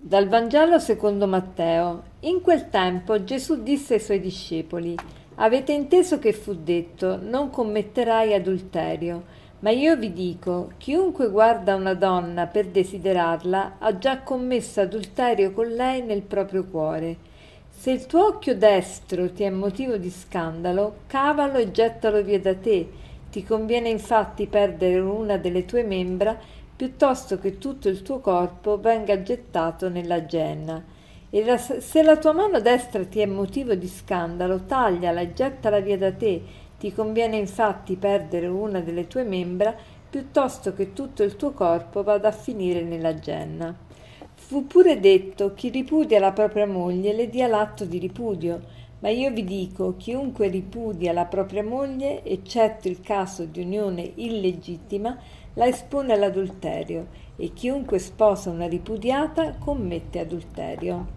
Dal Vangelo secondo Matteo. In quel tempo Gesù disse ai suoi discepoli: Avete inteso che fu detto: non commetterai adulterio. Ma io vi dico, chiunque guarda una donna per desiderarla ha già commesso adulterio con lei nel proprio cuore. Se il tuo occhio destro ti è motivo di scandalo, cavalo e gettalo via da te. Ti conviene infatti perdere una delle tue membra piuttosto che tutto il tuo corpo venga gettato nella genna. Se la tua mano destra ti è motivo di scandalo, tagliala e gettala via da te. Ti conviene infatti perdere una delle tue membra piuttosto che tutto il tuo corpo vada a finire nella genna. Fu pure detto: chi ripudia la propria moglie le dia l'atto di ripudio. Ma io vi dico, chiunque ripudia la propria moglie, eccetto il caso di unione illegittima, la espone all'adulterio, e chiunque sposa una ripudiata commette adulterio.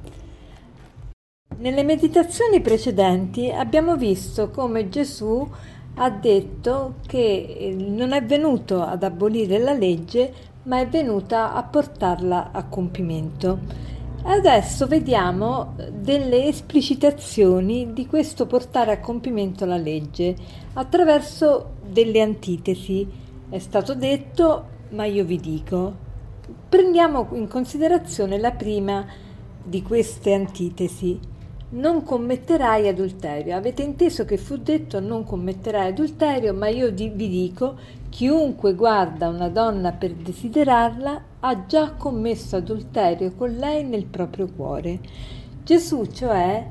Nelle meditazioni precedenti abbiamo visto come Gesù ha detto che non è venuto ad abolire la legge, ma è venuta a portarla a compimento. Adesso vediamo delle esplicitazioni di questo portare a compimento la legge attraverso delle antitesi. È stato detto, ma io vi dico. Prendiamo in considerazione la prima di queste antitesi. Non commetterai adulterio. Avete inteso che fu detto: non commetterai adulterio, ma io vi dico, chiunque guarda una donna per desiderarla ha già commesso adulterio con lei nel proprio cuore. Gesù, cioè,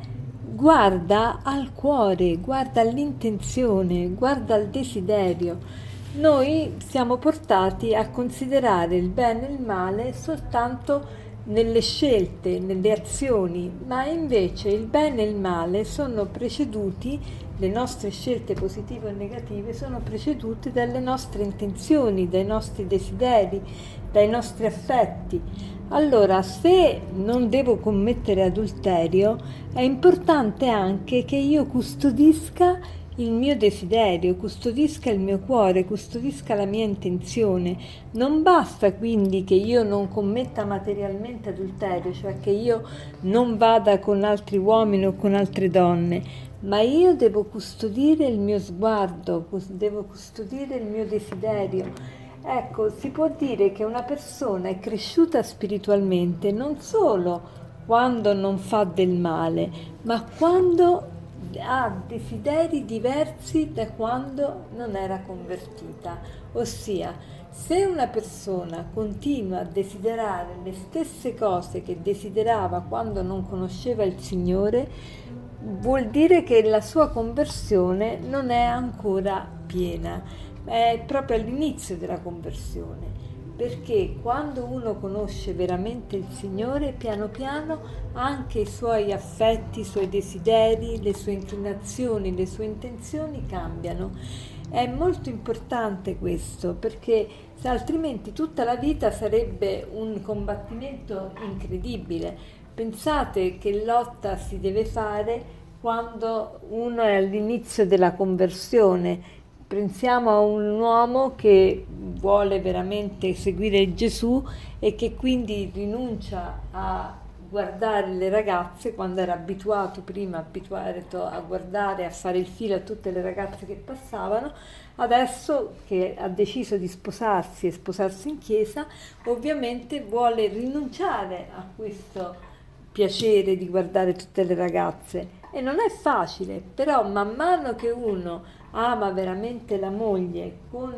guarda al cuore, guarda all'intenzione, guarda al desiderio. Noi siamo portati a considerare il bene e il male soltanto nelle scelte, nelle azioni, ma invece il bene e il male sono preceduti, le nostre scelte positive o negative sono precedute dalle nostre intenzioni, dai nostri desideri, dai nostri affetti. Allora, se non devo commettere adulterio, è importante anche che io custodisca il mio desiderio, custodisca il mio cuore, custodisca la mia intenzione. Non basta quindi che io non commetta materialmente adulterio, cioè che io non vada con altri uomini o con altre donne, ma io devo custodire il mio sguardo, devo custodire il mio desiderio. Ecco, si può dire che una persona è cresciuta spiritualmente non solo quando non fa del male, ma quando ha desideri diversi da quando non era convertita. Ossia, se una persona continua a desiderare le stesse cose che desiderava quando non conosceva il Signore, vuol dire che la sua conversione non è ancora piena, è proprio all'inizio della conversione. Perché quando uno conosce veramente il Signore, piano piano anche i suoi affetti, i suoi desideri, le sue inclinazioni, le sue intenzioni cambiano. È molto importante questo, perché altrimenti tutta la vita sarebbe un combattimento incredibile. Pensate che lotta si deve fare quando uno è all'inizio della conversione. Pensiamo a un uomo che vuole veramente seguire Gesù e che quindi rinuncia a guardare le ragazze quando era abituato prima a guardare, a fare il filo a tutte le ragazze che passavano. Adesso che ha deciso di sposarsi e sposarsi in chiesa, ovviamente vuole rinunciare a questo piacere di guardare tutte le ragazze. E non è facile, però man mano che uno ama veramente la moglie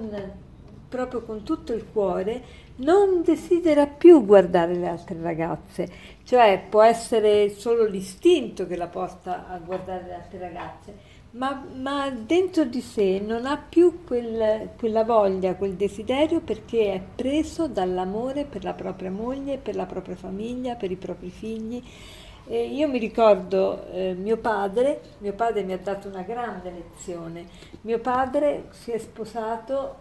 proprio con tutto il cuore, non desidera più guardare le altre ragazze. Cioè può essere solo l'istinto che la porta a guardare le altre ragazze, ma dentro di sé non ha più quella voglia, quel desiderio, perché è preso dall'amore per la propria moglie, per la propria famiglia, per i propri figli. E io mi ricordo mio padre mi ha dato una grande lezione. Mio padre si è sposato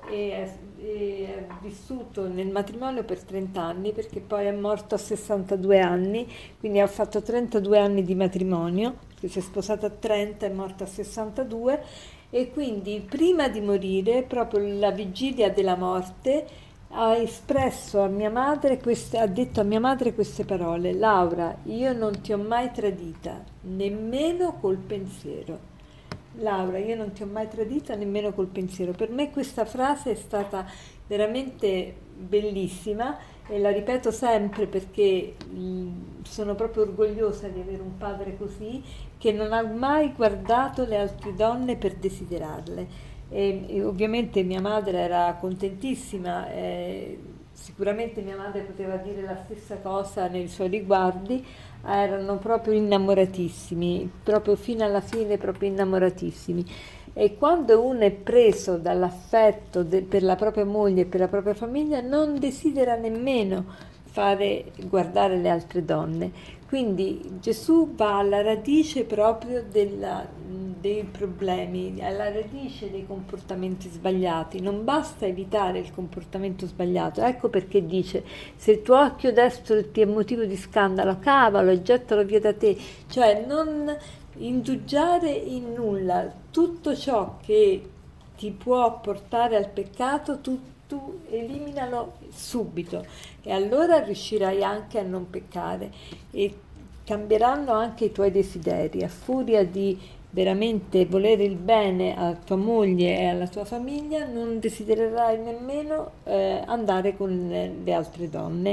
e ha vissuto nel matrimonio per 30 anni, perché poi è morto a 62 anni, quindi ha fatto 32 anni di matrimonio, si è sposato a 30 e è morto a 62, e quindi prima di morire, proprio la vigilia della morte, ha espresso a mia madre ha detto a mia madre queste parole: Laura, io non ti ho mai tradita, nemmeno col pensiero. Laura, io non ti ho mai tradita nemmeno col pensiero. Per me questa frase è stata veramente bellissima e la ripeto sempre perché sono proprio orgogliosa di avere un padre così, che non ha mai guardato le altre donne per desiderarle. E ovviamente mia madre era contentissima, sicuramente mia madre poteva dire la stessa cosa nei suoi riguardi, erano proprio innamoratissimi, proprio fino alla fine proprio innamoratissimi. E quando uno è preso dall'affetto per la propria moglie e per la propria famiglia, non desidera nemmeno guardare le altre donne. Quindi Gesù va alla radice proprio dei problemi, alla radice dei comportamenti sbagliati. Non basta evitare il comportamento sbagliato. Ecco perché dice: se il tuo occhio destro ti è motivo di scandalo, cavalo e gettalo via da te. Cioè non indugiare in nulla. Tutto ciò che ti può portare al peccato, tu eliminalo subito, e allora riuscirai anche a non peccare e cambieranno anche i tuoi desideri. A furia di veramente volere il bene a tua moglie e alla tua famiglia, non desidererai nemmeno andare con le altre donne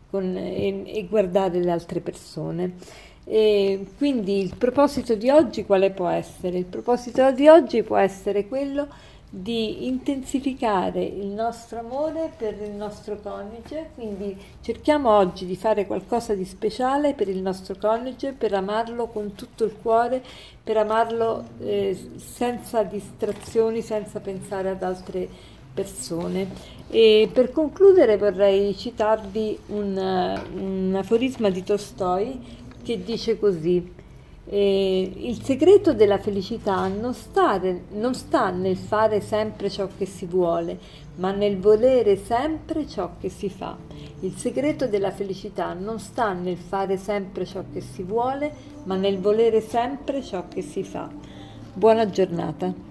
e guardare le altre persone. E quindi il proposito di oggi quale può essere? Il proposito di oggi può essere quello di intensificare il nostro amore per il nostro coniuge, quindi cerchiamo oggi di fare qualcosa di speciale per il nostro coniuge, per amarlo con tutto il cuore, per amarlo senza distrazioni, senza pensare ad altre persone. E per concludere vorrei citarvi un aforisma di Tolstoi che dice così: il segreto della felicità non sta nel fare sempre ciò che si vuole, ma nel volere sempre ciò che si fa. Il segreto della felicità non sta nel fare sempre ciò che si vuole, ma nel volere sempre ciò che si fa. Buona giornata.